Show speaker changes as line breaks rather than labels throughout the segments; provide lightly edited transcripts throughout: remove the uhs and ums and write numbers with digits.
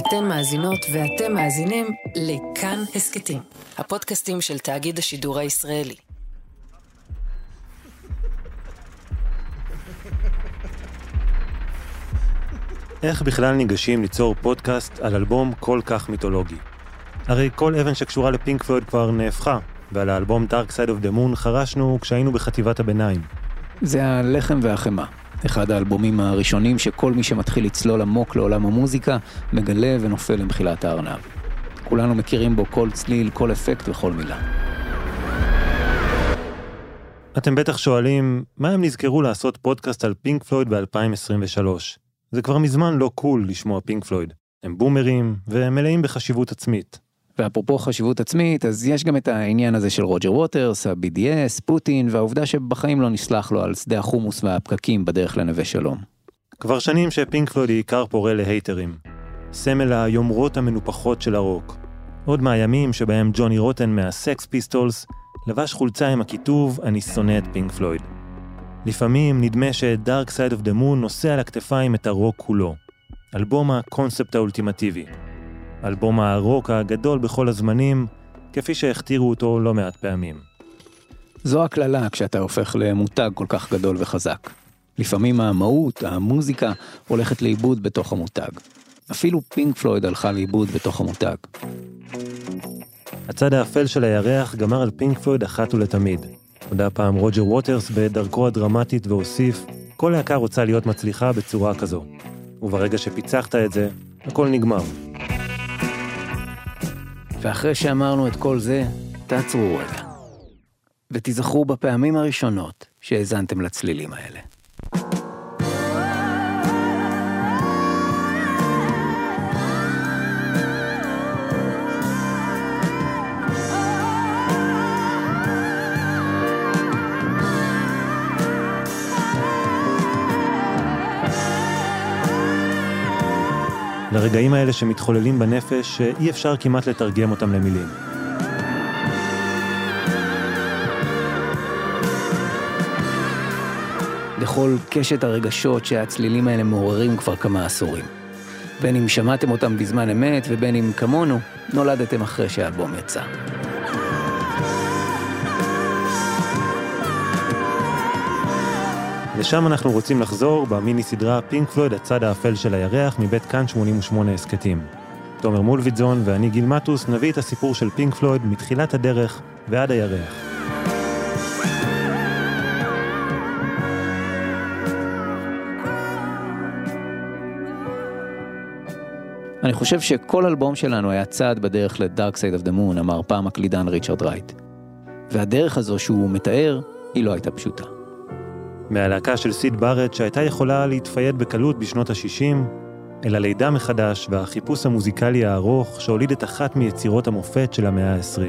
אתן מאזינות ואתם מאזינים לכאן הסקטים, הפודקאסטים של תאגיד השידור הישראלי.
איך בכלל ניגשים ליצור פודקאסט על אלבום כל כך מיתולוגי? הרי כל אבן שקשורה לפינק פלויד כבר נהפכה, ועל האלבום Dark Side of the Moon חרשנו כשהיינו בחטיבת הביניים.
זה הלחם והחמה, אחד האלבומים הראשונים שכל מי שמתחיל לצלול עמוק לעולם המוזיקה מגלה ונופל למחילת הארנב. כולנו מכירים בו כל צליל, כל אפקט וכל מילה.
אתם בטח שואלים, מה הם נזכרו לעשות פודקאסט על פינק פלויד ב-2023? זה כבר מזמן לא קול לשמוע פינק פלויד. הם בומרים והם מלאים בחשיבות עצמית.
ואפרופו חשיבות עצמית, אז יש גם את העניין הזה של רוג'ר ווטרס, ה-BDS, פוטין, והעובדה שבחיים לא נסלח לו על שדה החומוס והפקקים בדרך לנווה שלום.
כבר שנים שפינק פלויד היא עיקר פורה להייטרים. סמל היומרות המנופחות של הרוק. עוד מהימים שבהם ג'וני רוטן מהסקס פיסטולס לבש חולצה עם הכיתוב "אני שונא את פינק פלויד". לפעמים נדמה ש-Dark Side of the Moon נושא על הכתפיים את הרוק כולו. אלבום הקונספט האולטימטיבי. אלבום הרוק הגדול בכל הזמנים, כפי שהכתירו אותו לא מעט פעמים.
זו הכללה כשאתה הופך למותג כל כך גדול וחזק. לפעמים המהות, המוזיקה, הולכת לאיבוד בתוך המותג. אפילו פינק פלויד הלכה לאיבוד בתוך המותג.
הצד האפל של הירח גמר על פינק פלויד אחת ולתמיד. הודע פעם רוג'ר ווטרס בדרכו הדרמטית והוסיף, כל להקה רוצה להיות מצליחה בצורה כזו. וברגע שפיצחת את זה, הכל נגמר.
ואחרי שאמרנו את כל זה, תעצרו רגע. ותיזכרו בפעמים הראשונות שהאזנתם לצלילים האלה.
לרגעים האלה שמתחוללים בנפש שאי אפשר כמעט לתרגם אותם למילים.
לכל קשת הרגשות שהצלילים האלה מעוררים כבר כמה עשורים. בין אם שמעתם אותם בזמן אמת ובין אם כמונו נולדתם אחרי שהאלבום יצא.
לשם אנחנו רוצים לחזור במיני סדרה פינק פלויד הצד האפל של הירח מבית כאן 88 הסקטים. תומר מולביטזון ואני גיל מטוס נביא את הסיפור של פינק פלויד מתחילת הדרך ועד הירח.
אני חושב שכל אלבום שלנו היה צעד בדרך ל-Dark Side of the Moon, אמר פעם הקלידן ריצ'רד רייט. והדרך הזו שהוא מתאר, היא לא הייתה פשוטה.
מהלהקה של סיד בארט שהייתה יכולה להתפייד בקלות בשנות ה-60, אל הלידה מחדש והחיפוש המוזיקלי הארוך שהוליד את אחת מיצירות המופת של המאה ה-20.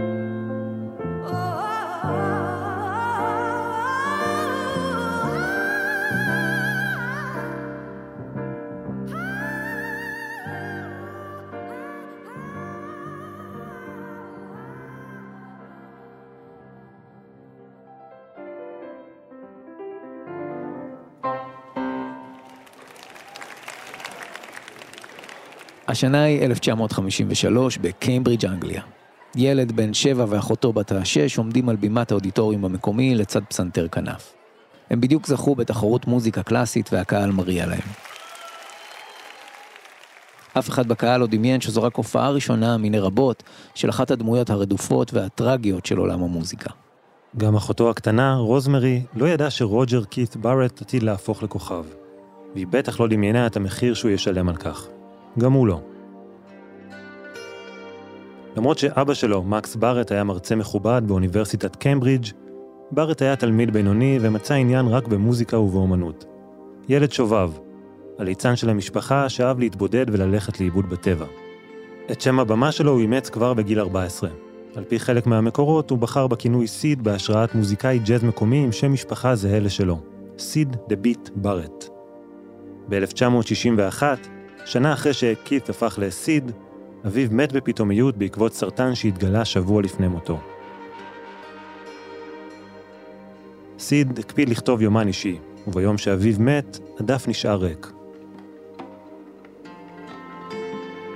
השנה היא 1953 בקיימברידג' אנגליה. ילד בן 7 ואחותו בת 6 עומדים על בימת האודיטוריום המקומי לצד פסנתר כנף. הם בדיוק זכו בתחרות מוזיקה קלאסית והקהל מריע להם. אף אחד בקהל לא דמיין שזו רק הופעה ראשונה מיני רבות של אחת הדמויות הרדופות והטרגיות של עולם המוזיקה.
גם אחותו הקטנה, רוזמרי, לא ידעה שרוג'ר קית' בארט עתיד להפוך לכוכב. והיא בטח לא דמיינה את המחיר שהוא ישלם על כך. גם הוא לא. למרות שאבא שלו, מקס בארט, היה מרצה מכובד באוניברסיטת קיימברידג', בארט היה תלמיד בינוני ומצא עניין רק במוזיקה ובאומנות. ילד שובב, הליצן של המשפחה שאהב להתבודד וללכת לאיבוד בטבע. את שם הבמה שלו הוא אימץ כבר בגיל 14. על פי חלק מהמקורות הוא בחר בכינוי סיד בהשראת מוזיקאי ג'אז מקומי עם שם משפחה זהה לשלו, סיד דה ביט בארט. ב-1961, שנה אחרי שקית' הפך לסיד, אביו מת בפתאומיות בעקבות סרטן שהתגלה שבוע לפני מותו. סיד הקפיד לכתוב יומן אישי, וביום שאביו מת, הדף נשאר ריק.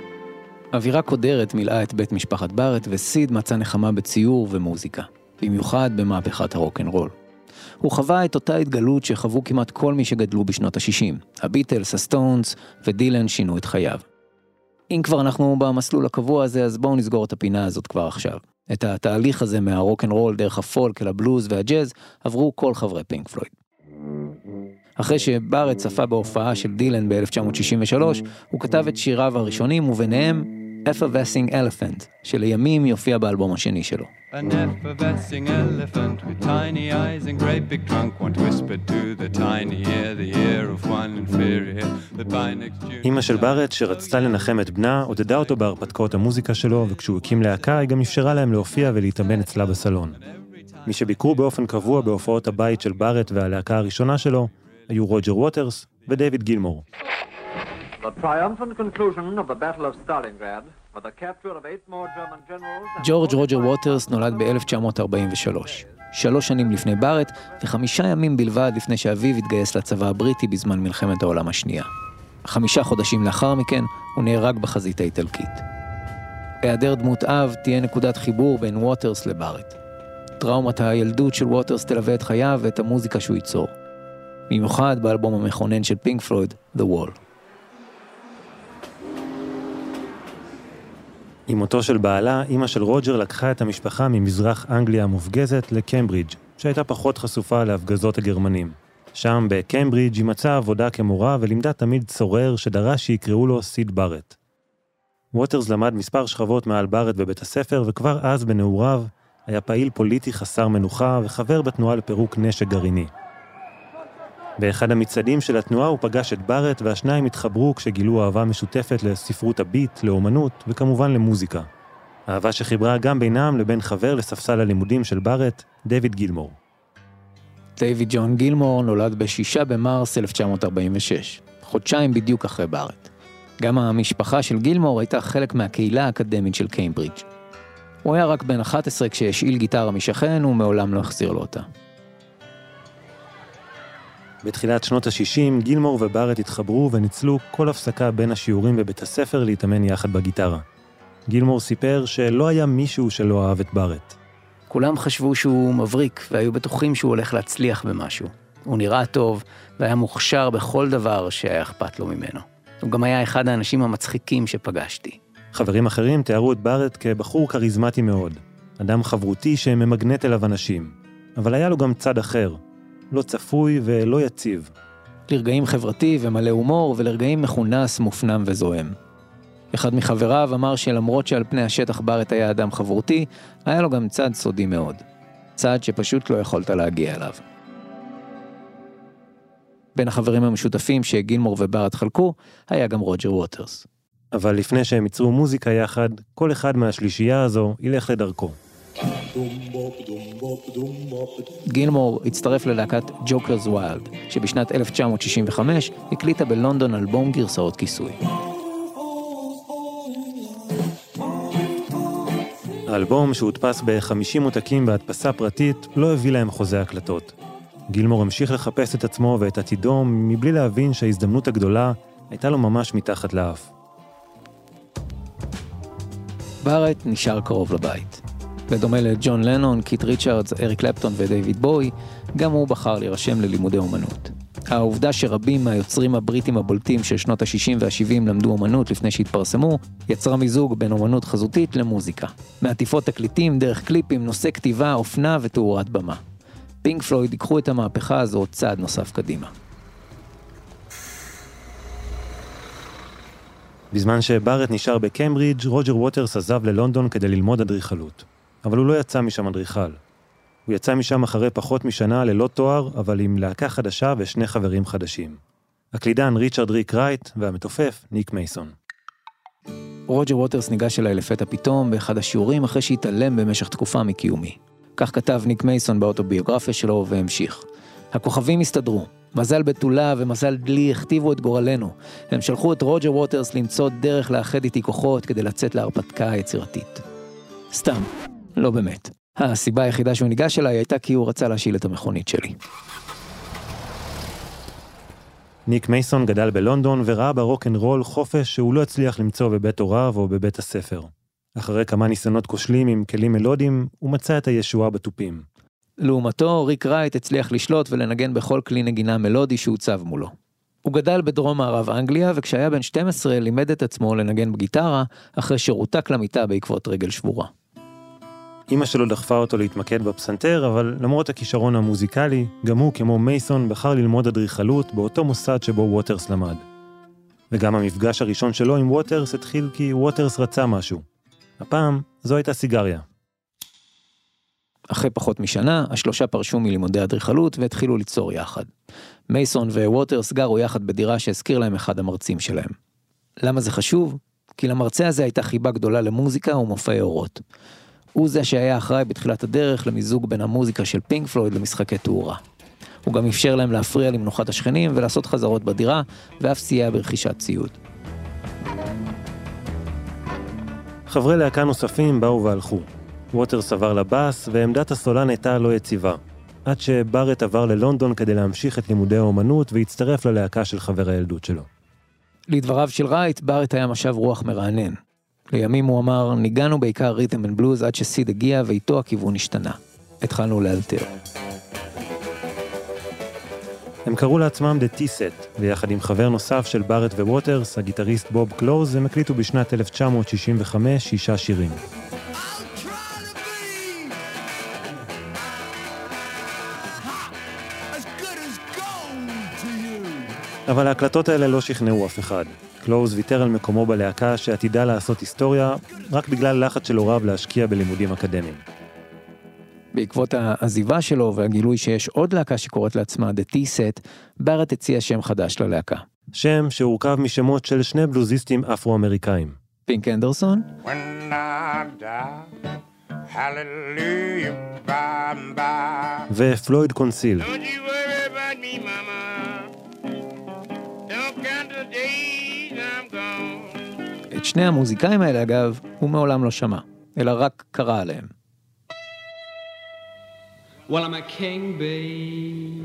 אווירה קודרת מילאה את בית משפחת בארט, וסיד מצא נחמה בציור ומוזיקה, במיוחד במהפכת הרוק'נ'רול. הוא חווה את אותה התגלות שחוו כמעט כל מי שגדלו בשנות ה-60. הביטלס, הסטונס ודילן שינו את חייו. אם כבר אנחנו במסלול הקבוע הזה, אז בואו נסגור את הפינה הזאת כבר עכשיו. את התהליך הזה מהרוק'נ'רול דרך הפולק אל הבלוז והג'אז עברו כל חברי פינק פלויד. אחרי שבארט צפה בהופעה של דילן ב-1963, הוא כתב את שיריו הראשונים, וביניהם Effervescing Elephant, שלימים יופיע באלבום השני שלו.
An effervescing elephant with tiny eyes and great big trunk once whispered to the tiny ear, the ear of one inferior, that by next June...
אמא של בארט, שרצתה לנחם את בנה, עודדה אותו בהרפתקאות המוזיקה שלו, וכשהוא הקים להקה, היא גם אפשרה להם להופיע ולהתאמן אצלה בסלון. מי שביקרו באופן קבוע בהופעות הבית של בארט והלהקה הראשונה שלו, היו רוג'ר ווטרס ודייוויד גילמור.
The triumphant conclusion of the Battle of Stalingrad, with the capture of 8 more German generals...
ג'ורג' רוג'ר ווטרס נולד ב-1943, 3 שנים לפני בארט ו5 ימים בלבד לפני שאביו התגייס לצבא הבריטי בזמן מלחמת העולם השנייה. 5 חודשים לאחר מכן הוא נהרג בחזית האיטלקית. היעדר דמות אב תהיה נקודת חיבור בין ווטרס לבארט. טראומת הילדות של ווטרס תלווה את חייו ואת המוזיקה שהוא ייצור. במיוחד באלבום המכונן של פינק פלויד, The Wall.
עם מותו של בעלה, אמא של רוג'ר לקחה את המשפחה ממזרח אנגליה המופגזת לקמברידג', שהייתה פחות חשופה להפגזות הגרמנים. שם בקמברידג' היא מצאה עבודה כמורה ולימדה תמיד צורר שדרש שיקראו לו סיד בארט. ווטרס למד מספר שכבות מעל בארט בבית הספר, וכבר אז בנעוריו היה פעיל פוליטי חסר מנוחה וחבר בתנועה לפירוק נשק גרעיני. באחד המצעדים של התנועה הוא פגש את בארט, והשניים התחברו כשגילו אהבה משותפת לספרות הביט, לאומנות וכמובן למוזיקה. אהבה שחיברה גם בינם לבין חבר לספסל הלימודים של בארט, דיוויד גילמור.
דיוויד ג'ון גילמור נולד ב-6 במרס 1946, חודשיים בדיוק אחרי בארט. גם המשפחה של גילמור הייתה חלק מהקהילה האקדמית של קיימברידג'. הוא היה רק בן 11 כשהשאיל גיטרה משכן ומעולם לא החזיר לו אותה.
בתחילת שנות ה-60 גילמור ובארט התחברו וניצלו כל הפסקה בין השיעורים בבית הספר להתאמן יחד בגיטרה. גילמור סיפר שלא היה מישהו שלא אהב את בארט.
כולם חשבו שהוא מבריק והיו בטוחים שהוא הולך להצליח במשהו. הוא נראה טוב והיה מוכשר בכל דבר שהיה אכפת לו ממנו. הוא גם היה אחד האנשים המצחיקים שפגשתי.
חברים אחרים תיארו את בארט כבחור קריזמטי מאוד, אדם חברותי שממגנט אליו אנשים. אבל היה לו גם צד אחר, לא צפוי ולא יציב.
לרגעים חברתי ומלא הומור, ולרגעים מכונס, מופנם וזוהם. אחד מחבריו אמר שלמרות שעל פני השטח בארט היה אדם חברותי, היה לו גם צד סודי מאוד. צד שפשוט לא יכולת להגיע אליו. בין החברים המשותפים שגילמור ובארט חלקו, היה גם רוג'ר ווטרס.
אבל לפני שהם ייצרו מוזיקה יחד, כל אחד מהשלישייה הזו ילך לדרכו.
גילמור הצטרף ללהקת ג'וקרס ווילד, שבשנת 1965 הקליטה בלונדון אלבום גרסאות כיסוי.
האלבום שהודפס ב-50 עותקים בהדפסה פרטית לא הביא להם חוזה הקלטות. גילמור המשיך לחפש את עצמו ואת עתידו מבלי להבין שההזדמנות הגדולה הייתה לו ממש מתחת לאף.
בארט נשאר קרוב לבית. בדומה לג'ון לנון, קית' ריצ'רדס, אריק קלפטון ודייוויד בוי, גם הוא בחר להירשם ללימודי אומנות. העובדה שרבים מהיוצרים הבריטים הבולטים של שנות ה-60 וה-70 למדו אומנות לפני שהתפרסמו, יצרה מיזוג בין אומנות חזותית למוזיקה. מעטיפות תקליטים, דרך קליפים, נושא כתיבה, אופנה ותאורת במה. פינק פלויד ייקחו את המהפכה הזו צעד נוסף קדימה.
בזמן שבארט נשאר בקיימברידג', רוג'ר ווטרס עזב ללונדון כדי ללמוד אדריכלות. אבל הוא לא יצא משם אדריכל. הוא יצא משם אחרי פחות משנה ללא תואר, אבל עם להקה חדשה ושני חברים חדשים. הקלידן ריצ'רד ריק רייט והמתופף ניק מייסון.
רוג'ר ווטרס ניגש אליי לפתע פתאום באחד השיעורים אחרי שהתעלם במשך תקופה מקיומי. כך כתב ניק מייסון באוטוביוגרפיה שלו והמשיך. הכוכבים הסתדרו. מזל בתולה ומזל דלי הכתיבו את גורלנו. הם שלחו את רוג'ר ווטרס למצוא דרך לאחד איתי כוחות כדי לצאת להרפתקה היצירתית. סתם, לא באמת. הסיבה היחידה שהוא ניגש אליי הייתה כי הוא רצה להשיל את המכונית שלי.
ניק מייסון גדל בלונדון וראה ברוק'נ'רול חופש שהוא לא הצליח למצוא בבית הוריו או בבית הספר. אחרי כמה ניסיונות כושלים עם כלים מלודיים, הוא מצא את הישועה בתופים.
לעומתו, ריק רייט הצליח לשלוט ולנגן בכל כלי נגינה מלודי שהוצב מולו. הוא גדל בדרום מערב אנגליה, וכשהיה בן 12 לימד את עצמו לנגן בגיטרה, אחרי שרותק למיטה בעקבות רגל שבורה.
אמא שלו דחפה אותו להתמקד בפסנתר, אבל למרות הכישרון המוזיקלי, גם הוא, כמו מייסון, בחר ללמוד אדריכלות באותו מוסד שבו ווטרס למד. וגם המפגש הראשון שלו עם ווטרס התחיל כי ווטרס רצה משהו. הפעם זו הייתה סיגריה.
אחרי פחות משנה, השלושה פרשו מלימודי אדריכלות והתחילו ליצור יחד. מייסון וווטרס גרו יחד בדירה שהזכיר להם אחד המרצים שלהם. למה זה חשוב? כי למרצה הזה הייתה חיבה גדולה למוזיקה ומופעי אורות. הוא זה שהיה אחראי בתחילת הדרך למיזוג בין המוזיקה של פינק פלויד למשחקי תאורה. הוא גם אפשר להם להפריע למנוחת השכנים ולעשות חזרות בדירה, ואף סייע ברכישת ציוד.
חברי להקה נוספים באו והלכו. ווטרס עבר לבאס, ועמדת הסולן הייתה לא יציבה. עד שבארט עבר ללונדון כדי להמשיך את לימודי האומנות והצטרף ללהקה של חבר הילדות שלו.
לדבריו של רייט, בארט היה משב רוח מרענן. לימים הוא אמר, ניגענו בעיקר ריתם אנד בלוז עד שסיד הגיע ואיתו הכיוון השתנה. התחלנו לאלתר.
הם קראו לעצמם The T-Set, ויחד עם חבר נוסף של בארט וווטרס, הגיטריסט בוב קלוז, הם הקליטו בשנת 1965 6 שירים. אבל ההקלטות האלה לא שכנעו אף אחד. קלוז ויתר על מקומו בלהקה שעתידה לעשות היסטוריה, רק בגלל לחץ של הוריו להשקיע בלימודים אקדמיים.
בעקבות העזיבה שלו והגילוי שיש עוד להקה שקוראת לעצמה The T-Set, בארט הציע שם חדש ללהקה.
שם שהורכב משמות של 2 בלוזיסטים אפרו-אמריקאים.
פינק אנדרסון
ופלויד קונסיל.
את שני המוזיקאים האלה, אגב, הוא מעולם לא שמע, אלא רק קרא עליהם.
Well, I'm a king bee.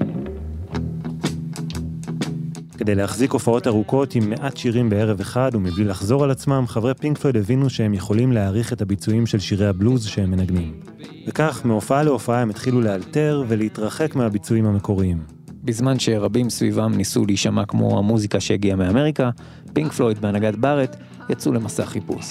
כדי להחזיק הופעות ארוכות עם מעט שירים בערב אחד ומבלי לחזור על עצמם, חברי פינק פלויד הבינו שהם יכולים להעריך את הביצועים של שירי הבלוז שהם מנגנים. וכך, מהופעה להופעה הם התחילו לאלתר ולהתרחק מהביצועים המקוריים.
בזמן שרבים סביבם ניסו להישמע כמו המוזיקה שהגיעה מאמריקה, פינק פלויד בהנהגת בארט יצאו למסע חיפוש.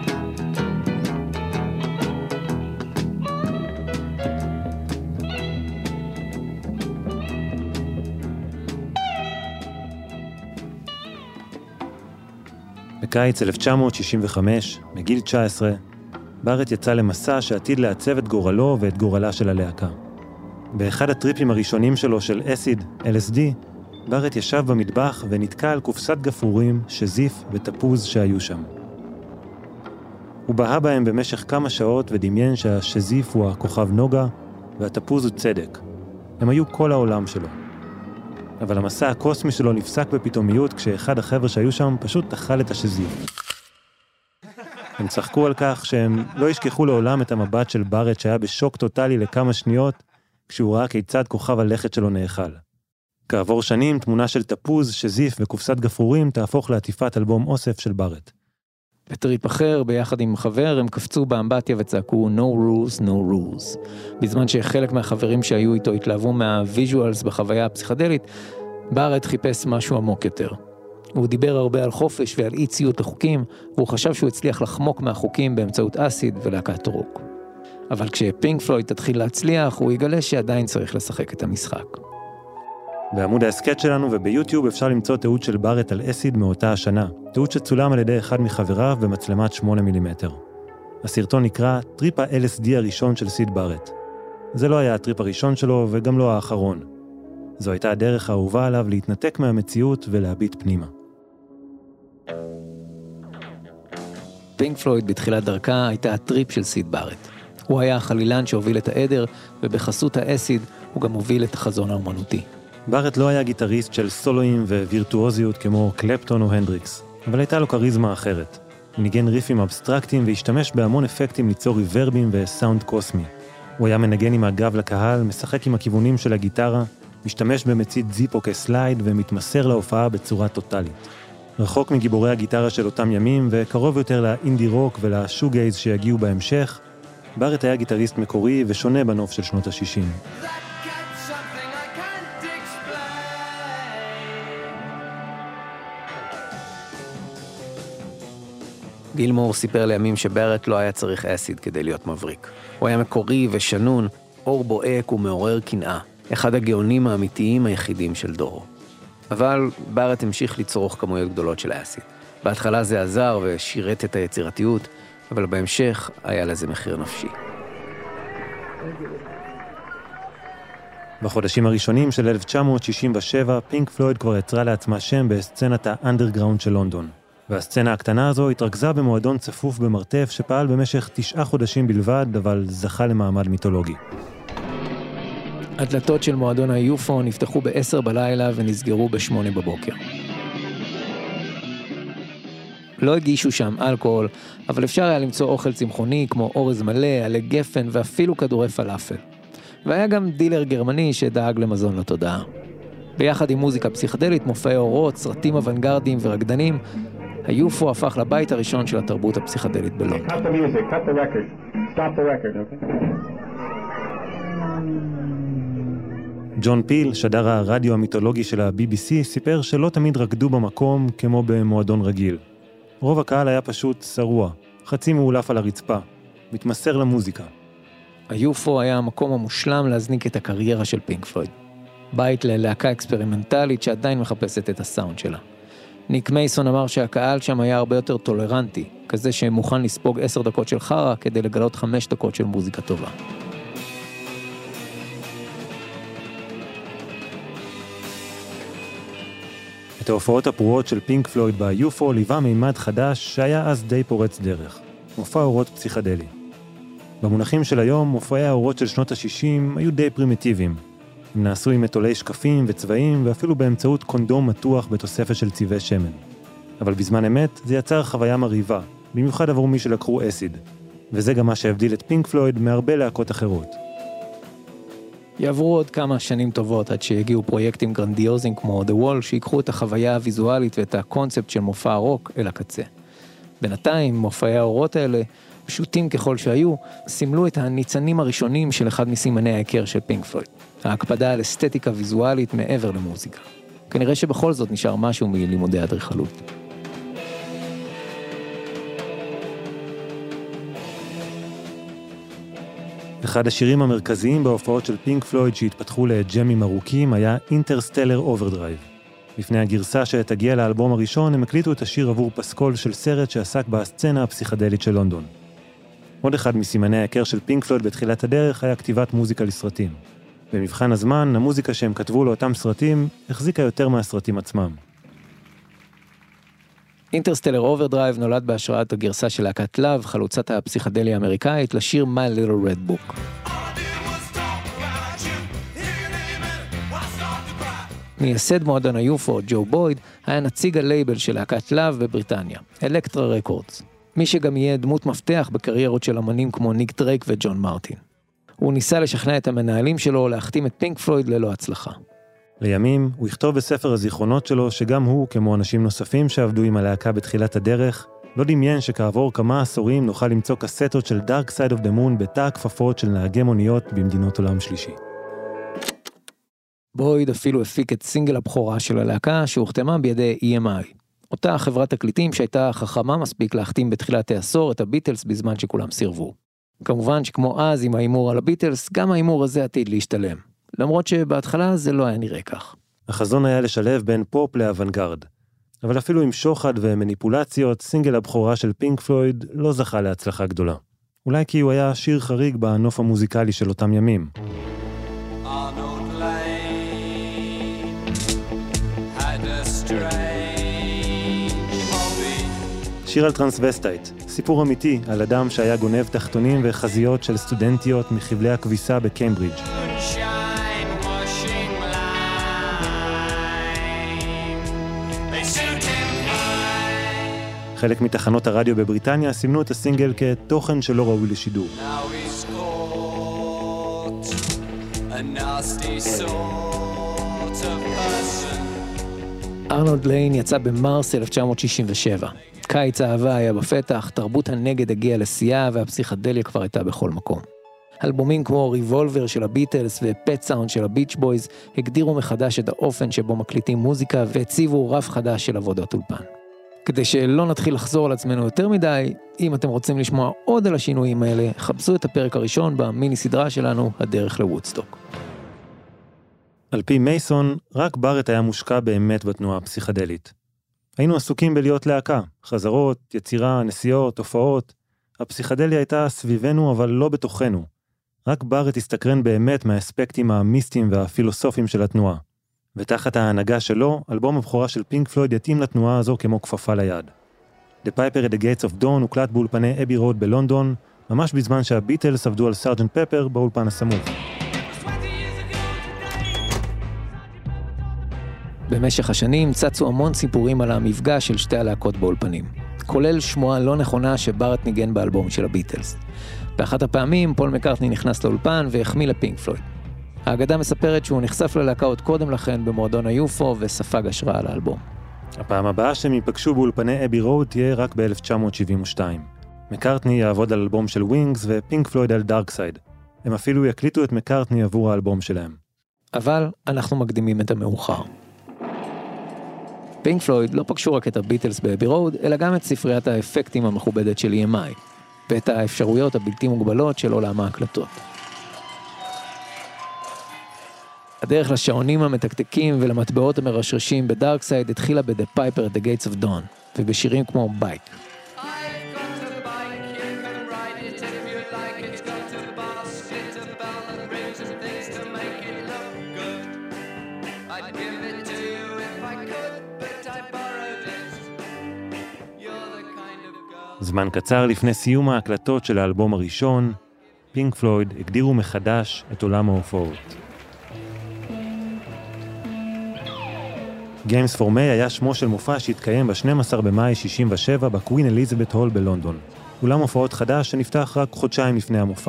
בקיץ 1965, בגיל 19, בארט יצא למסע שעתיד לעצב את גורלו ואת גורלה של הלהקה. באחד הטריפים הראשונים שלו של אסיד, LSD, בארט ישב במטבח ונתקע על קופסת גפרורים, שזיף ותפוז שהיו שם. הוא בהה בהם במשך כמה שעות ודמיין שהשזיף הוא הכוכב נוגה והתפוז הוא צדק. הם היו כל העולם שלו. אבל המסע הקוסמי שלו נפסק בפתאומיות כשאחד החבר'ה שהיו שם פשוט תאכל את השזיף. הם צחקו על כך שהם לא ישכחו לעולם את המבט של בארט שהיה בשוק טוטלי לכמה שניות כשהוא ראה כיצד כוכב הלכת שלו נאכל. כעבור שנים תמונה של תפוז, שזיף וקופסת גפרורים תהפוך לעטיפת אלבום אוסף של בארט.
בטריפ אחר, ביחד עם חבר, הם קפצו באמבטיה וצעקו No rules, no rules. בזמן שחלק מהחברים שהיו איתו התלהבו מהוויז'ואלס בחוויה הפסיכדלית, בארט חיפש משהו עמוק יותר. הוא דיבר הרבה על חופש ועל אי ציות לחוקים, והוא חשב שהוא הצליח לחמוק מהחוקים באמצעות אסיד ולהקת רוק. אבל כשפינק פלויד תתחיל להצליח, הוא יגלה שעדיין צריך לשחק את המשחק.
בעמוד ההסקט שלנו וביוטיוב אפשר למצוא תיעוד של בארט על אסיד מאותה השנה, תיעוד שצולם על ידי אחד מחבריו במצלמת 8 מילימטר. הסרטון נקרא טריפ ה-LSD הראשון של סיד בארט. זה לא היה הטריפ הראשון שלו וגם לא האחרון. זו הייתה הדרך האהובה עליו להתנתק מהמציאות ולהביט פנימה.
פינק פלויד בתחילת דרכה הייתה הטריפ של סיד בארט. הוא היה החלילן שהוביל את העדר, ובחסות האסיד הוא גם הוביל את החזון האומנותי.
בארט לא היה גיטריסט של סולואים ווירטואוזיות כמו קלפטון או הנדריקס, אבל הייתה לו קריזמה אחרת. הוא ניגן ריפים אבסטרקטיים והשתמש בהמון אפקטים ליצור ריברבים וסאונד קוסמי. הוא היה מנגן עם הגב לקהל, משחק עם הכיוונים של הגיטרה, משתמש במצית זיפו כסלייד ומתמסר להופעה בצורה טוטלית. רחוק מגיבורי הגיטרה של אותם ימים וקרוב יותר לאינדי רוק ולשוגייז שיגיעו בהמשך, בארט היה גיטריסט מקורי ושונה בנוף של שנות ה-60.
גילמור סיפר לימים שבארט לא היה צריך אסיד כדי להיות מבריק. הוא היה מקורי ושנון, אור בועק ומעורר קנאה, אחד הגאונים האמיתיים היחידים של דורו. אבל בארט המשיך לצרוך כמויות גדולות של אסיד. בהתחלה זה עזר ושירת את היצירתיות, אבל בהמשך היה לזה מחיר נפשי.
בחודשים הראשונים של 1967, פינק פלויד כבר יצרה לעצמה שם בסצנת האנדרגראונד של לונדון. והסצנה הקטנה הזו התרכזה במועדון צפוף במרתף שפעל במשך 9 חודשים בלבד, אבל זכה למעמד מיתולוגי.
הדלתות של מועדון היופו נפתחו ב-10 בלילה ונסגרו ב-8 בבוקר. לא הגישו שם אלכוהול, אבל אפשר היה למצוא אוכל צמחוני כמו אורז מלא, עלי גפן ואפילו כדורי פלאפל. והיה גם דילר גרמני שדאג למזון לתודעה. ביחד עם מוזיקה פסיכדלית, מופעי אורות, סרטים אוונגרדיים ורקדנים, היופו הפך לבית הראשון של התרבות הפסיכדלית בלונדון.
ג'ון פיל, שדר הרדיו המיתולוגי של ה-BBC, סיפר שלא תמיד רקדו במקום כמו במועדון רגיל. רוב הקהל היה פשוט שרוע, חצי מעולף על הרצפה, מתמסר למוזיקה.
היופו היה המקום המושלם להזניק את הקריירה של פינק פלויד. בית ללהקה אקספרימנטלית שעדיין מחפשת את הסאונד שלה. ניק מייסון אמר שהקהל שם היה הרבה יותר טולרנטי, כזה שמוכן לספוג 10 דקות של חרה כדי לגלות 5 דקות של מוזיקה טובה.
את ההופעות הפרועות של פינק פלויד ביופו ליווה מימד חדש שהיה אז די פורץ דרך, מופע אורות פסיכדלי. במונחים של היום, מופעי האורות של שנות ה-60 היו די פרימיטיביים. הם נעשו עם מטולי שקפים וצבעים ואפילו באמצעות קונדום מתוח בתוספת של צבעי שמן. אבל בזמן אמת זה יצר חוויה מרהיבה, במיוחד עבור מי שלקחו אסיד. וזה גם מה שהבדיל את פינק פלויד מהרבה להקות אחרות.
יעברו עוד כמה שנים טובות עד שיגיעו פרויקטים גרנדיוזיים כמו The Wall, שיקחו את החוויה הוויזואלית ואת הקונספט של מופע הרוק אל הקצה. בינתיים, מופעי האורות האלה, פשוטים ככל שהיו, סימלו את הניצנים הראשונים של אחד מסימני ההיכר של פינק פלויד. ההקפדה על אסתטיקה ויזואלית מעבר למוזיקה. כנראה שבכל זאת נשאר משהו מלימודי אדריכלות.
אחד השירים המרכזיים בהופעות של פינק פלויד שהתפתחו לג'מים ארוכים היה אינטרסטלר אוברדרייב. לפני הגרסה שתגיע לאלבום הראשון, הם הקליטו את השיר עבור פסקול של סרט שעסק בסצנה הפסיכדלית של לונדון. עוד אחד מסימני ההיכר של פינק פלויד בתחילת הדרך היה כתיבת מוזיקה לסרטים. במבחן הזמן, המוזיקה שהם כתבו לאותם סרטים החזיקה יותר מהסרטים עצמם.
אינטרסטלר אוברדרייב נולד בהשראת הגרסה של להקת לאב, חלוצת הפסיכדליה האמריקאית, לשיר My Little Red Book. מייסד מועדון היופו, ג'ו בויד, היה נציג הלייבל של להקת לאב בבריטניה, אלקטרה רקורדס. מי שגם יהיה דמות מפתח בקריירות של אמנים כמו ניק דרייק וג'ון מרטין. הוא ניסה לשכנע את המנהלים שלו להחתים את פינק פלויד ללא הצלחה.
לימים, הוא יכתוב בספר הזיכרונות שלו שגם הוא, כמו אנשים נוספים שעבדו עם הלהקה בתחילת הדרך, לא דמיין שכעבור כמה עשורים נוכל למצוא קסטות של Dark Side of the Moon בתא הכפפות של נהגי מוניות במדינות עולם שלישי.
בויד אפילו הפיק את סינגל הבכורה של הלהקה שהוחתמה בידי EMI. אותה חברת תקליטים שהייתה חכמה מספיק להחתים בתחילת העשור את הביטלס בזמן שכולם סירבו. כמובן שכמו אז עם האימור על הביטלס, גם האימור הזה עתיד להשתלם. למרות שבהתחלה זה לא היה נראה כך.
החזון היה לשלב בין פופ לאוונגרד. אבל אפילו עם שוחד ומניפולציות, סינגל הבכורה של פינק פלויד לא זכה להצלחה גדולה. אולי כי הוא היה שיר חריג בנוף המוזיקלי של אותם ימים. שיר על טרנסווסטייט, סיפור אמיתי על אדם שהיה גונב תחתונים וחזיות של סטודנטיות מחבלי הכביסה בקיימברידג'. חלק מתחנות הרדיו בבריטניה סימנו את הסינגל כתוכן שלא ראוי לשידור.
ארנולד ליין יצא במרס 1967. קיץ האהבה היה בפתח, תרבות הנגד הגיעה לשיאה והפסיכדליה כבר הייתה בכל מקום. אלבומים כמו ריבולבר של הביטלס ופט סאונד של הביץ' בויז הגדירו מחדש את האופן שבו מקליטים מוזיקה והציבו רף חדש של עבודת אולפן. כדי שלא נתחיל לחזור על עצמנו יותר מדי, אם אתם רוצים לשמוע עוד על השינויים האלה, חפשו את הפרק הראשון במיני סדרה שלנו, הדרך לוודסטוק.
על פי מייסון, רק בארט היה מושקע באמת בתנועה הפסיכדלית. היינו עסוקים בלהיות להקה, חזרות, יצירה, נסיעות, הופעות. הפסיכדליה הייתה סביבנו אבל לא בתוכנו. רק בארט הסתקרן באמת מהאספקטים המיסטיים והפילוסופיים של התנועה. ותחת ההנהגה שלו, אלבום הבכורה של פינק פלויד יתאים לתנועה הזו כמו כפפה ליד. The Piper at the Gates of Dawn הוקלט באולפני אבי רוד בלונדון, ממש בזמן שהביטלס עבדו על סרג'נט פפר באולפן הסמוך.
במשך השנים צצו המון סיפורים על המפגש של שתי הלהקות באולפנים, כולל שמועה לא נכונה שבארט ניגן באלבום של הביטלס. באחת הפעמים פול מקרטני נכנס לאולפן והחמיא לפינק פלויד. האגדה מספרת שהוא נחשף ללהקה עוד קודם לכן במועדון היופו וספג השראה על האלבום.
הפעם הבאה שהם ייפגשו באולפני אבי רוד תהיה רק ב-1972. מקרטני יעבוד על אלבום של ווינגס ופינק פלויד על דארקסייד. הם אפילו יקליטו את מקרטני עבור האלבום שלהם.
אבל אנחנו מקדימים את המאוחר. פינק פלויד לא פגשו רק את הביטלס באבי רוד, אלא גם את ספריית האפקטים המכובדת של EMI, ואת האפשרויות הבלתי מוגבלות של עולם ההקלטות. הדרך לשעונים המתקתקים ולמטבעות המרשרשים בדארקסייד התחילה ב-The Piper at the Gates of Dawn, ובשירים כמו בייק.
זמן קצר לפני סיום ההקלטות של האלבום הראשון, פינק פלויד הגדירו מחדש את עולם ההופעות. Games for May היה שמו של מופע שהתקיים ב-12 במאי 67 בקווין אליזבת הול בלונדון. אולם הופעות חדש שנפתח רק חודשיים לפני המופע.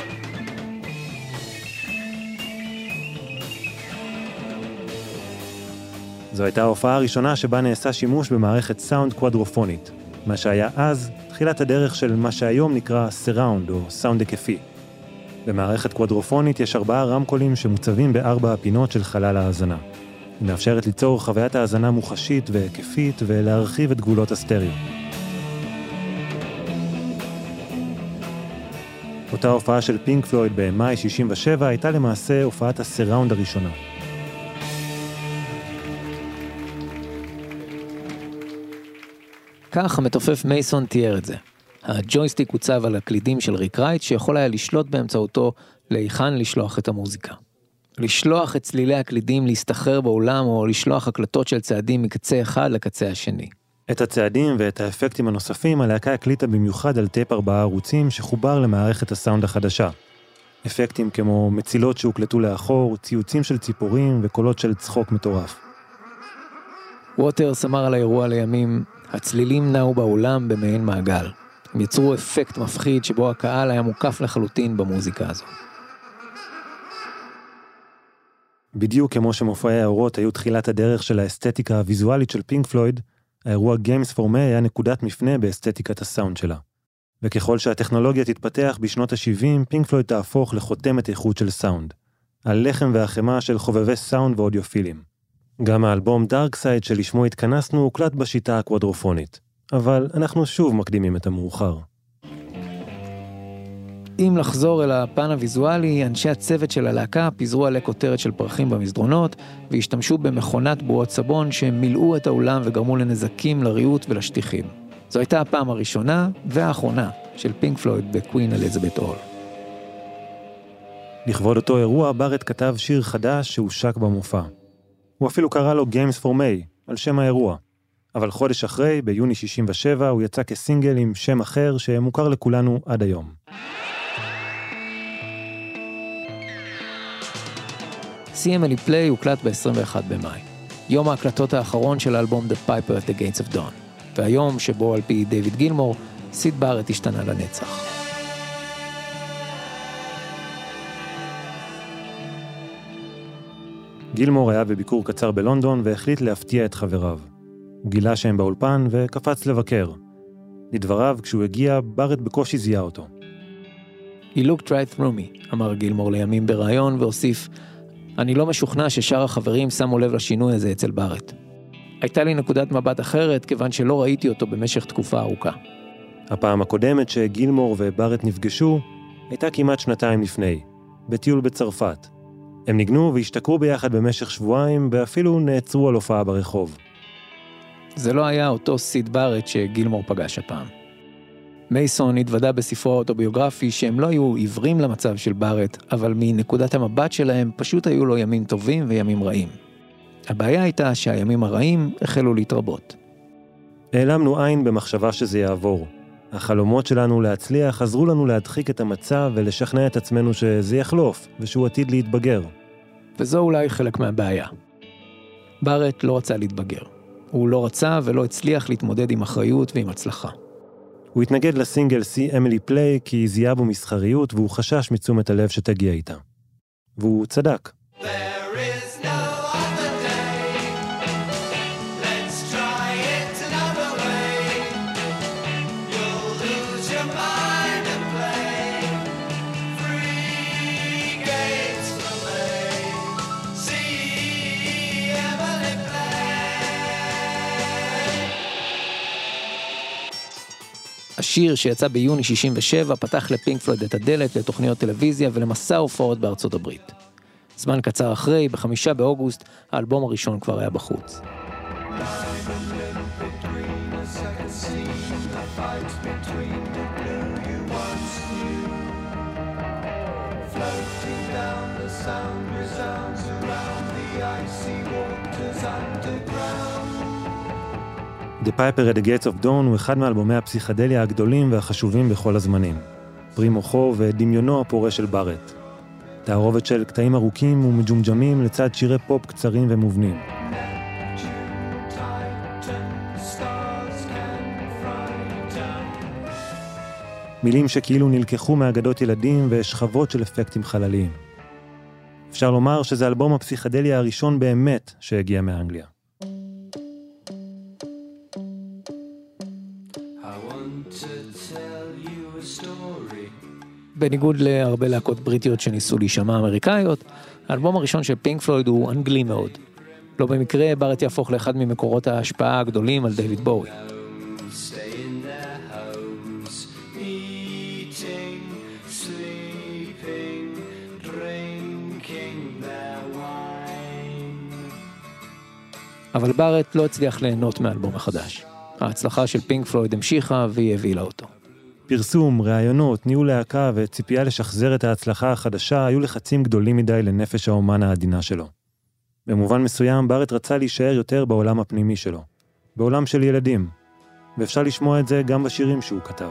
זו הייתה ההופעה הראשונה שבה נעשה שימוש במערכת סאונד קוואדרופונית, מה שהיה אז תחילת הדרך של מה שהיום נקרא סראונד או סאונד היקפי. במערכת קוואדרופונית יש 4 רמקולים שמוצבים ב4 הפינות של חלל ההאזנה. היא מאפשרת ליצור חוויית האזנה מוחשית והיקפית ולהרחיב את גבולות הסטריאו. אותה הופעה של פינק פלויד במאי 67 הייתה למעשה הופעת הסראונד הראשונה.
כך המתופף מייסון תיאר את זה. הג'ויסטיק הוצב על הקלידים של ריק רייט שיכול היה לשלוט באמצעותו להיכן לשלוח את המוזיקה. לשלוח את צלילי הקלידים להסתחרר באולם או לשלוח הקלטות של צעדים מקצה אחד לקצה השני.
את הצעדים ואת האפקטים הנוספים הלהקה הקליטה במיוחד על טייפ 4 ערוצים שחובר למערכת הסאונד החדשה. אפקטים כמו מצילות שהוקלטו לאחור, ציוצים של ציפורים וקולות של צחוק מטורף.
ווטרס אמר על האירוע לימים, הצלילים נעו באולם במעין מעגל. הם יצרו אפקט מפחיד שבו הקהל היה מוקף לחלוטין במוזיקה הזו.
בדיוק כמו שמופעי האורות היו תחילת הדרך של האסתטיקה הוויזואלית של פינק פלויד, האירוע Games for May היה נקודת מפנה באסתטיקת הסאונד שלה. וככל שהטכנולוגיה תתפתח בשנות ה-70, פינק פלויד תהפוך לחותמת איכות של סאונד. הלחם והחמה של חובבי סאונד ואודיופילים. גם האלבום דארקסייד שלשמו התכנסנו הוקלט בשיטה הקוואדרופונית. אבל אנחנו שוב מקדימים את המאוחר.
אם לחזור אל הפן הוויזואלי, אנשי הצוות של הלהקה פיזרו עלי כותרת של פרחים במסדרונות, והשתמשו במכונת בועות סבון שמילאו את האולם וגרמו לנזקים לריהוט ולשטיחים. זו הייתה הפעם הראשונה והאחרונה של פינק פלויד בקווין אליזבת הול.
לכבוד אותו אירוע, בארט כתב שיר חדש שהושק במופע. הוא אפילו קרא לו Games for May, על שם האירוע. אבל חודש אחרי, ביוני 67, הוא יצא כסינגל עם שם אחר שמוכר לכולנו עד היום.
CMLE Play הוקלט ב-21 במאי. יום ההקלטות האחרון של האלבום The Piper at the Gates of Dawn. והיום שבו על פי דיוויד גילמור, סיד בארט השתנה לנצח.
גילמור היה בביקור קצר בלונדון והחליט להפתיע את חבריו. הוא גילה שהם באולפן וקפץ לבקר. לדבריו, כשהוא הגיע, בארט בקושי זיהה אותו.
He looked right through me, אמר גילמור לימים ברעיון והוסיף, אני לא משוכנע ששאר החברים שמו לב לשינוי הזה אצל בארט. הייתה לי נקודת מבט אחרת כיוון שלא ראיתי אותו במשך תקופה ארוכה.
הפעם הקודמת שגילמור ובארט נפגשו הייתה כמעט שנתיים לפני, בטיול בצרפת. הם ניגנו והשתכרו ביחד במשך שבועיים ואפילו נעצרו על הופעה ברחוב.
זה לא היה אותו סיד בארט שגילמור פגש הפעם. מייסון התוודע בספרו האוטוביוגרפי שהם לא היו עיוורים למצב של בארט, אבל מנקודת המבט שלהם פשוט היו לו ימים טובים וימים רעים. הבעיה הייתה שהימים הרעים החלו להתרבות.
העלמנו עין במחשבה שזה יעבור. החלומות שלנו להצליח עזרו לנו להדחיק את המצב ולשכנע את עצמנו שזה יחלוף ושהוא עתיד להתבגר.
וזו אולי חלק מהבעיה. בארט לא רצה להתבגר. הוא לא רצה ולא הצליח להתמודד עם אחריות ועם הצלחה.
הוא התנגד לסינגל See Emily Play כי זיהה בו מסחריות והוא חשש מתשומת הלב שתגיע איתה. והוא צדק.
השיר שיצא ביוני 67 פתח לפינק פלויד את הדלת לתוכניות טלוויזיה ולמסע הופעות בארצות הברית. זמן קצר אחרי, ב5 באוגוסט, האלבום הראשון כבר היה בחוץ.
The Piper at the Gates of Dawn הוא אחד מאלבומי הפסיכדליה הגדולים והחשובים בכל הזמנים. פרי מוחו ודמיונו הפורה של בארט. תערובת של קטעים ארוכים ומג'ומג'מים לצד שירי פופ קצרים ומובנים. מילים שכאילו נלקחו מאגדות ילדים ושכבות של אפקטים חלליים. אפשר לומר שזה אלבום הפסיכדליה הראשון באמת שהגיע מאנגליה.
בניגוד להרבה להקות בריטיות שניסו להישמע אמריקאיות, האלבום הראשון של פינק פלויד הוא אנגלי מאוד. לא במקרה, בארט יהפוך לאחד ממקורות ההשפעה הגדולים על דיוויד בואי. אבל בארט לא הצליח ליהנות מהאלבום החדש. ההצלחה של פינק פלויד המשיכה והיא הבילה אותו.
פרסום, ראיונות, ניהול להקה וציפייה לשחזר את ההצלחה החדשה היו לחצים גדולים מדי לנפש האומן העדינה שלו. במובן מסוים, בארט רצה להישאר יותר בעולם הפנימי שלו, בעולם של ילדים, ואפשר לשמוע את זה גם בשירים שהוא כתב.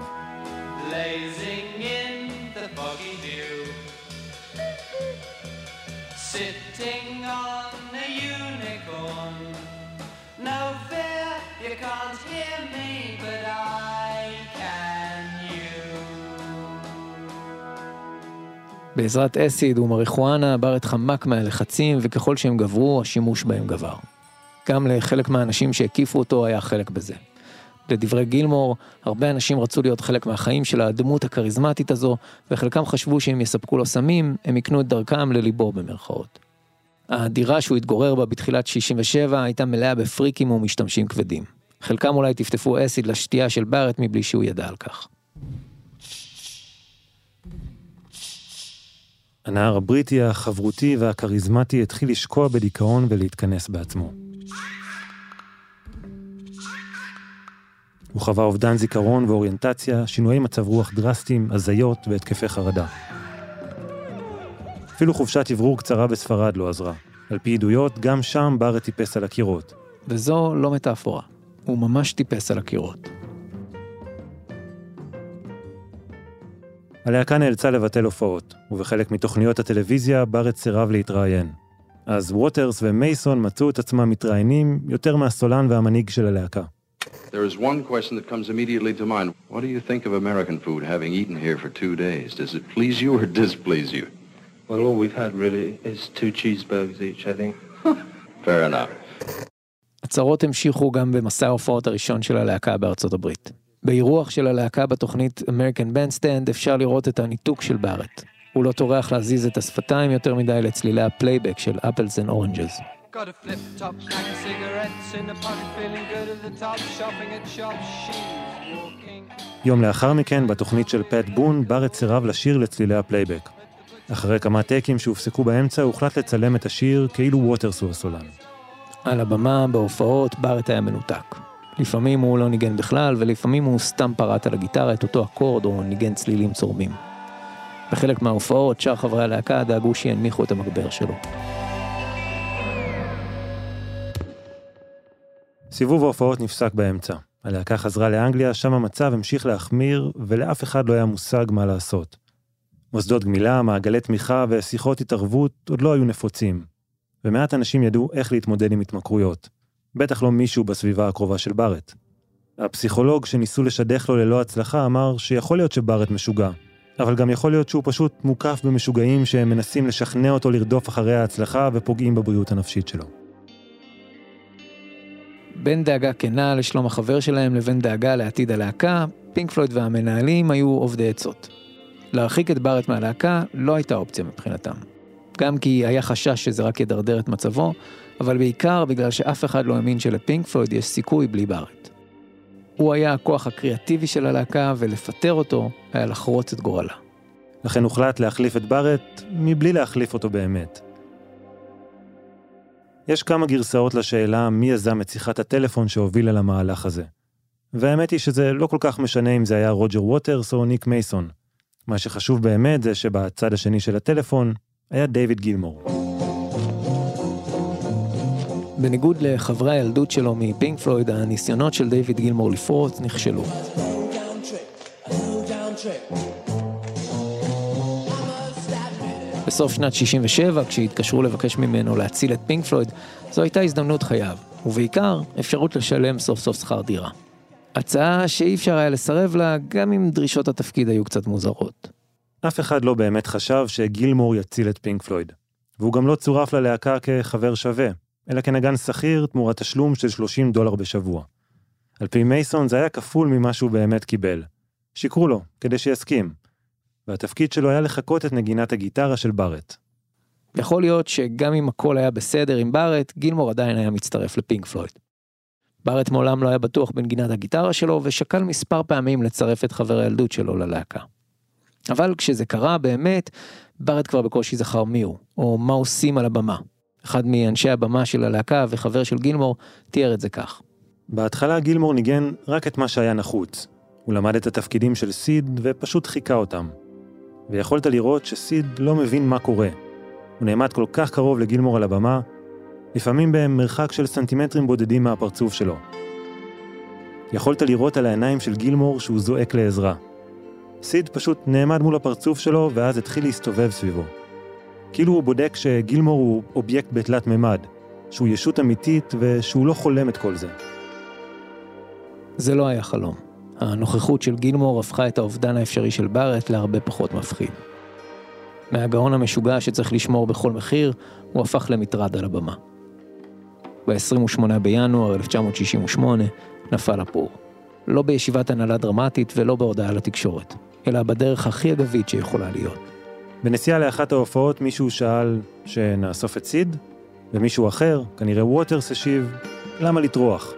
בעזרת אסיד ומריחואנה, בארט חמק מהלחצים, וככל שהם גברו, השימוש בהם גבר. גם לחלק מהאנשים שהקיפו אותו היה חלק בזה. לדברי גילמור, הרבה אנשים רצו להיות חלק מהחיים של הדמות הקריזמטית הזו, וחלקם חשבו שהם יספקו לו סמים, הם יקנו את דרכם לליבו במרכאות. הדירה שהוא התגורר בה בתחילת 67 הייתה מלאה בפריקים ומשתמשים כבדים. חלקם אולי תפתפו אסיד לשתייה של בארט מבלי שהוא ידע על כך.
הנער הבריטי, החברותי והקריזמטי התחיל לשקוע בדיכאון ולהתכנס בעצמו. הוא חווה אובדן זיכרון ואוריינטציה, שינויי מצב רוח דרסטיים, הזיות והתקפי חרדה. אפילו חופשת עברור קצרה בספרד לא עזרה. על פי עדויות, גם שם בארט טיפס על הקירות.
וזו לא מטאפורה. הוא ממש טיפס על הקירות.
הלהקה נאלצה לבטל הופעות, ובחלק מתוכניות הטלוויזיה בארט סירב להתראיין. אז ווטרס ומייסון מצאו את עצמם מתראיינים יותר מהסולן והמנהיג של הלהקה.
There is one question that comes immediately to mind. What do you think of American food, having eaten here for 2 days? Does it please you or displease you?
Well, all we've had really is 2 cheeseburgers each, I think.
Fair enough.
הצהרות המשיכו גם במסע ההופעות הראשון של הלהקה בארצות הברית. באירוח של הלהקה בתוכנית American Bandstand אפשר לראות את הניתוק של בארט. הוא לא טורח להזיז את השפתיים יותר מדי לצלילי הפלייבק של Apples and Oranges.
Got a flip top, pack of cigarettes in the pocket, feeling good at the top, shopping at shops, she's walking.
יום לאחר מכן, בתוכנית של פט בון, בארט סירב לשיר לצלילי הפלייבק. אחרי כמה טייקים שהופסקו באמצע, הוחלט לצלם את השיר כאילו ווטרס הוא הסולן.
על הבמה, בהופעות, בארט היה מנותק. לפעמים הוא לא ניגן בכלל, ולפעמים הוא סתם פרט על הגיטרה את אותו אקורד או ניגן צלילים צורמים. בחלק מההופעות, שאר חברי הלהקה דאגו שינמיכו את המגבר שלו.
סיבוב ההופעות נפסק באמצע. הלהקה חזרה לאנגליה, שם המצב המשיך להחמיר, ולאף אחד לא היה מושג מה לעשות. מוסדות גמילה, מעגלי תמיכה ושיחות התערבות עוד לא היו נפוצים. ומעט אנשים ידעו איך להתמודד עם התמכרויות. בטח לא מישהו בסביבה הקרובה של בארט. הפסיכולוג שניסו לשדך לו ללא הצלחה אמר שיכול להיות שבארט משוגע, אבל גם יכול להיות שהוא פשוט מוקף במשוגעים שהם מנסים לשכנע אותו לרדוף אחרי ההצלחה ופוגעים בבריאות הנפשית שלו.
בין דאגה כנה לשלום החבר שלהם לבין דאגה לעתיד הלהקה, פינק פלויד והמנהלים היו עובדי עצות. להרחיק את בארט מהלהקה לא הייתה אופציה מבחינתם. גם כי היה חשש שזה רק ידרדר את מצבו, אבל בעיקר בגלל שאף אחד לא האמין שלפינק פלויד יש סיכוי בלי בארט. הוא היה הכוח הקריאטיבי של הלהקה, ולפטר אותו היה לחרוץ את גורלה.
לכן הוחלט להחליף את בארט מבלי להחליף אותו באמת. יש כמה גרסאות לשאלה מי יזם את שיחת הטלפון שהובילה למהלך הזה. והאמת היא שזה לא כל כך משנה אם זה היה רוג'ר ווטרס או ניק מייסון. מה שחשוב באמת זה שבצד השני של הטלפון היה דיוויד גילמור.
בניגוד לחברי הילדות שלו מפינק פלויד, הניסיונות של דיוויד גילמור לפרוץ נכשלו. בסוף שנת 67, כשהתקשרו לבקש ממנו להציל את פינק פלויד, זו הייתה הזדמנות חייו, ובעיקר אפשרות לשלם סוף סוף שכר דירה. הצעה שאי אפשר היה לסרב לה, גם אם דרישות התפקיד היו קצת מוזרות.
אף אחד לא באמת חשב שגילמור יציל את פינק פלויד, והוא גם לא צורף ללהקה כחבר שווה, אלא כנגן שכיר תמורת תשלום של $30 בשבוע. על פי מייסון זה היה כפול ממה שהוא באמת קיבל. שיקרו לו, כדי שיסכים. והתפקיד שלו היה לחכות את נגינת הגיטרה של בארט.
יכול להיות שגם אם הכל היה בסדר עם בארט, גילמור עדיין היה מצטרף לפינק פלויד. בארט מעולם לא היה בטוח בנגינת הגיטרה שלו, ושקל מספר פעמים לצרף את חבר הילדות שלו ללהקה. אבל כשזה קרה באמת, בארט כבר בקושי זכר מי הוא, או מה עושים על הבמה. אחד מאנשי הבמה של הלהקה וחבר של גילמור תיאר את זה כך.
בהתחלה גילמור ניגן רק את מה שהיה נחוץ. הוא למד את התפקידים של סיד ופשוט חיכה אותם. ויכולת לראות שסיד לא מבין מה קורה. הוא נעמד כל כך קרוב לגילמור על הבמה, לפעמים במרחק של סנטימטרים בודדים מהפרצוף שלו. יכולת לראות על העיניים של גילמור שהוא זועק לעזרה. סיד פשוט נעמד מול הפרצוף שלו ואז התחיל להסתובב סביבו. כאילו הוא בודק שגילמור הוא אובייקט בתלת ממד, שהוא ישות אמיתית ושהוא לא חולם את כל זה.
זה לא היה חלום. הנוכחות של גילמור הפכה את האובדן האפשרי של בארט להרבה פחות מפחיד. מהגאון המשוגע שצריך לשמור בכל מחיר, הוא הפך למטרד על הבמה. ב-28 בינואר 1968 נפל הפור. לא בישיבת הנהלה דרמטית ולא בהודעה לתקשורת, אלא בדרך הכי אגבית שיכולה להיות.
בנסיעה לאחת ההופעות מישהו שאל שנאסוף את סיד, ומישהו אחר, כנראה ווטרס, השיב, למה לטרוח?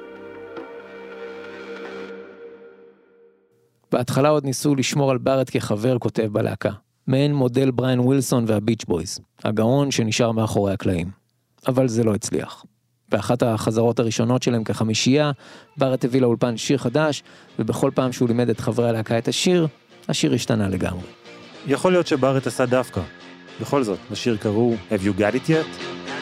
בהתחלה עוד ניסו לשמור על בארט כחבר כותב בלהקה, מעין מודל בריין ווילסון והביץ' בויז, הגאון שנשאר מאחורי הקלעים. אבל זה לא הצליח. באחת החזרות הראשונות שלהם כחמישייה, בארט הביא לאולפן שיר חדש, ובכל פעם שהוא לימד את חברי הלהקה את השיר השתנה לגמרי.
יכול להיות שבארט עשה דווקא. בכל זאת, לשיר קראו Have You Got It Yet?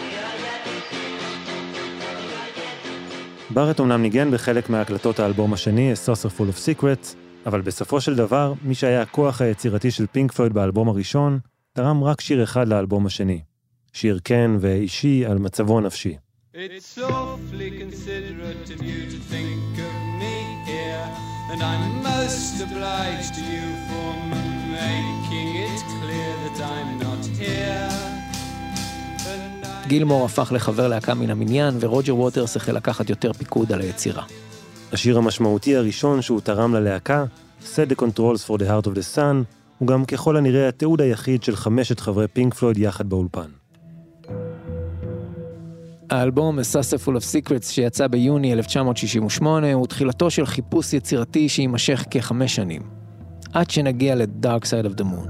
בארט אומנם ניגן בחלק מההקלטות האלבום השני, A Saucer Full of Secrets, אבל בסופו של דבר, מי שהיה הכוח היצירתי של פינק פלויד באלבום הראשון, תרם רק שיר אחד לאלבום השני. שיר כן ואישי על מצבו נפשי.
It's awfully considerate of you to think of me here, and I'm most obliged to you for making it clear that I'm not here.
גילמור הפך לחבר להקה מן המניין, ורוג'ר ווטרס החל לקחת יותר פיקוד על היצירה.
השיר המשמעותי הראשון שהוא תרם ללהקה, Set the Controls for the Heart of the Sun, הוא גם ככל הנראה התיעוד היחיד של 5 חברי פינק פלויד יחד באולפן.
האלבום A Saucer Full of Secrets שיצא ביוני 1968 הוא תחילתו של חיפוש יצירתי שימשך כ5 שנים, עד שנגיע ל-Dark Side of the Moon.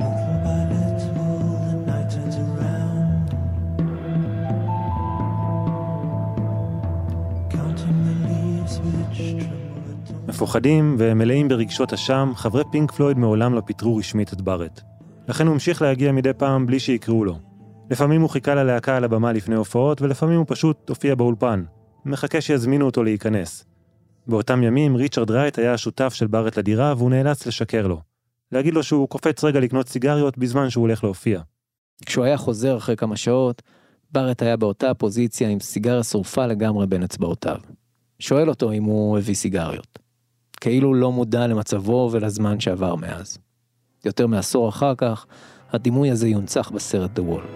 מפוחדים ומלאים ברגשות אשם, חברי פינק פלויד מעולם לא פיטרו רשמית את בארט. לכן הוא המשיך להגיע מדי פעם בלי שיקראו לו. לפעמים הוא חיכה ללהקה על הבמה לפני הופעות, ולפעמים הוא פשוט הופיע באולפן. מחכה שיזמינו אותו להיכנס. באותם ימים ריצ'רד רייט היה השותף של בארט לדירה, והוא נאלץ לשקר לו. להגיד לו שהוא קופץ רגע לקנות סיגריות בזמן שהוא הולך להופיע.
כשהוא היה חוזר אחרי כמה שעות, בארט היה באותה פוזיציה עם סיגריה שרופה לגמרי בין אצבעותיו. שואל אותו אם הוא הביא סיגריות. כאילו לא מודע למצבו ולזמן שעבר מאז. יותר מעשור אחר כך, הדימוי הזה יונצח בסרט The Wall.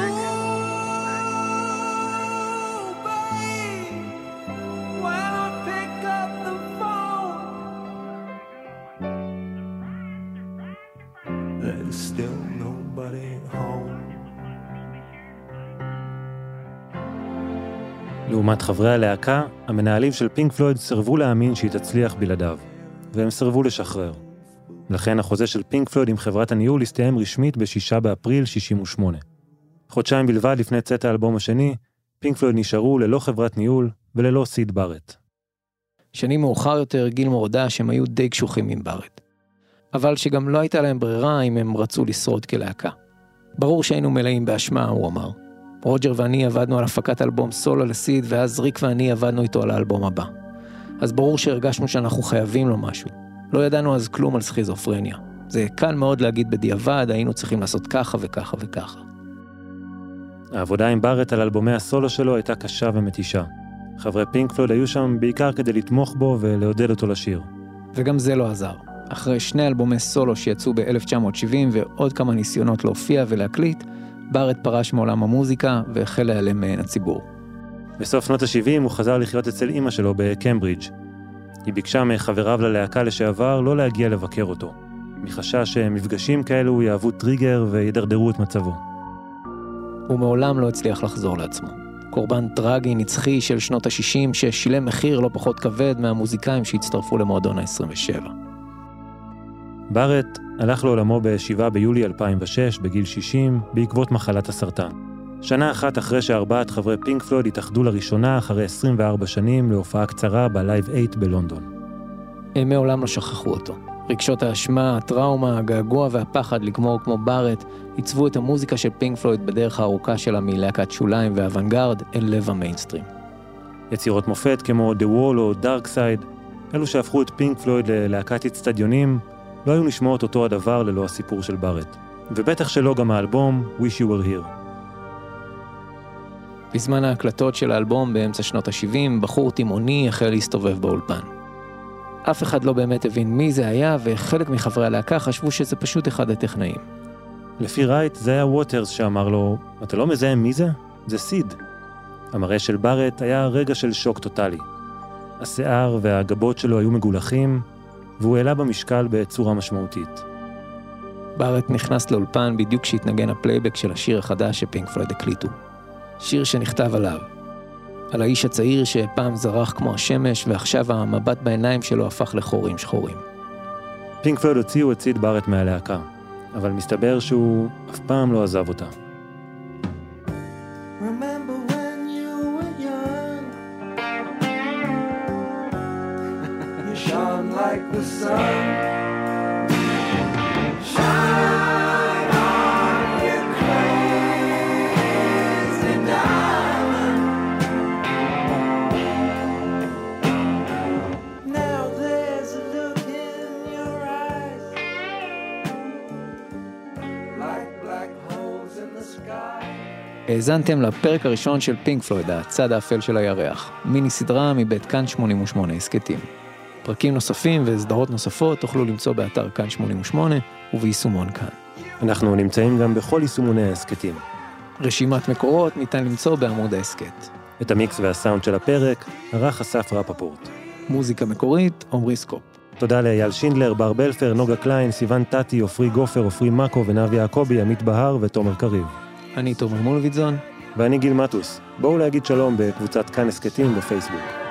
לעומת חברי הלהקה, המנהלים של פינק פלויד סרבו להאמין שהיא תצליח בלעדיו, והם סרבו לשחרר. לכן החוזה של פינק פלויד עם חברת הניהול הסתיים רשמית ב6 באפריל 68. חודשיים בלבד לפני צאת האלבום השני, פינק פלויד נשארו ללא חברת ניהול וללא סיד בארט.
שנים מאוחר יותר גילמור הודה שהם היו די קשוחים עם בארט. אבל שגם לא הייתה להם ברירה אם הם רצו לשרוד כלהקה. ברור שהיינו מלאים באשמה, הוא אמר. רוג'ר ואני עבדנו על הפקת אלבום סולו לסיד, ואז ריק ואני עבדנו איתו על האלבום הבא. אז ברור שהרגשנו שאנחנו חייבים לו משהו. לא ידענו אז כלום על סכיזופרניה. זה קל מאוד להגיד בדיעבד, היינו צריכים לעשות ככה וככה וככה.
העבודה עם בארט על אלבומי הסולו שלו הייתה קשה ומתישה. חברי פינק פלויד היו שם בעיקר כדי לתמוך בו ולעודד אותו לשיר.
וגם זה לא עזר. אחרי 2 אלבומי סולו שיצאו ב-1970 ועוד כמה ניסיונות להופיע ולהקליט, בארט פרש מעולם המוזיקה והחל להיעלם מעין הציבור.
בסוף שנות ה-70 הוא חזר לחיות אצל אמא שלו בקמברידג'. היא ביקשה מחבריו ללהקה לשעבר לא להגיע לבקר אותו, מחשש שמפגשים כאלו יהוו טריגר וידרדרו את מצבו.
הוא מעולם לא הצליח לחזור לעצמו. קורבן טרגי נצחי של שנות ה-60 ששילם מחיר לא פחות כבד מהמוזיקאים שהצטרפו למועדון ה-27.
בארט הלך לעולמו ב7 ביולי 2006 בגיל 60 בעקבות מחלת הסרטן. שנה אחת אחרי ש4 חברי פינק פלויד התאחדו לראשונה אחרי 24 שנים להופעה קצרה בלייב 8 בלונדון.
הם מעולם לא שכחו אותו. רגשות האשמה, הטראומה, הגעגוע והפחד לגמור כמו בארט עיצבו את המוזיקה של פינק פלויד בדרך הארוכה שלה מלהקת שוליים ואוונגרד אל לב המיינסטרים.
יצירות מופת כמו The Wall או Dark Side, אלו שהפכו את פינק פלויד ללהקת אצטדיונים, לא היו נשמעות אותו הדבר ללא הסיפור של בארט. ובטח שלא גם האלבום Wish You Were Here.
בזמן ההקלטות של האלבום באמצע שנות ה-70, בחור תימוני החל להסתובב באולפן. אף אחד לא באמת הבין מי זה היה, וחלק מחברי הלהקה חשבו שזה פשוט אחד הטכנאים.
לפי רייט, זה היה ווטרס שאמר לו, אתה לא מזהה מי זה? זה סיד. המראה של בארט היה רגע של שוק טוטלי. השיער והגבות שלו היו מגולחים, והוא העלה במשקל בצורה משמעותית.
בארט נכנס לאולפן בדיוק כשהתנגן הפלייבק של השיר החדש שפינק פלויד הקליטו. שיר שנכתב עליו. על האיש הצעיר שפעם זרח כמו השמש, ועכשיו המבט בעיניים שלו הפך לחורים שחורים.
פינק פלויד הוציאו את סיד בארט מהלהקה, אבל מסתבר שהוא אף פעם לא עזב אותה.
Shine like the sun. Shine on, you crazy diamond. Now there's a look in your eyes, like black holes in the sky.
האזנתם לפרק הראשון של פינק פלויד, הצד האפל של הירח, מיני סדרה מבית כאן 88 הסקטים. פרקים נוספים וסדרות נוספות תוכלו למצוא באתר כאן 88 וביישומון כאן.
אנחנו נמצאים גם בכל יישומוני ההסקטים.
רשימת מקורות ניתן למצוא בעמוד העסקת.
את המיקס והסאונד של הפרק ערך אסף רפפורט.
מוזיקה מקורית, עומרי סקופ.
תודה לאייל שינדלר, בר בלפר, נוגה קליין, סיוון טטי, אופרי גופר, אופרי מקו ונבי יעקבי, עמית בהר ותומר קריב.
אני תומר מולביטזון.
ואני גיל מטוס. בואו להגיד שלום בקבוצת כאן הסקטים בפייסבוק.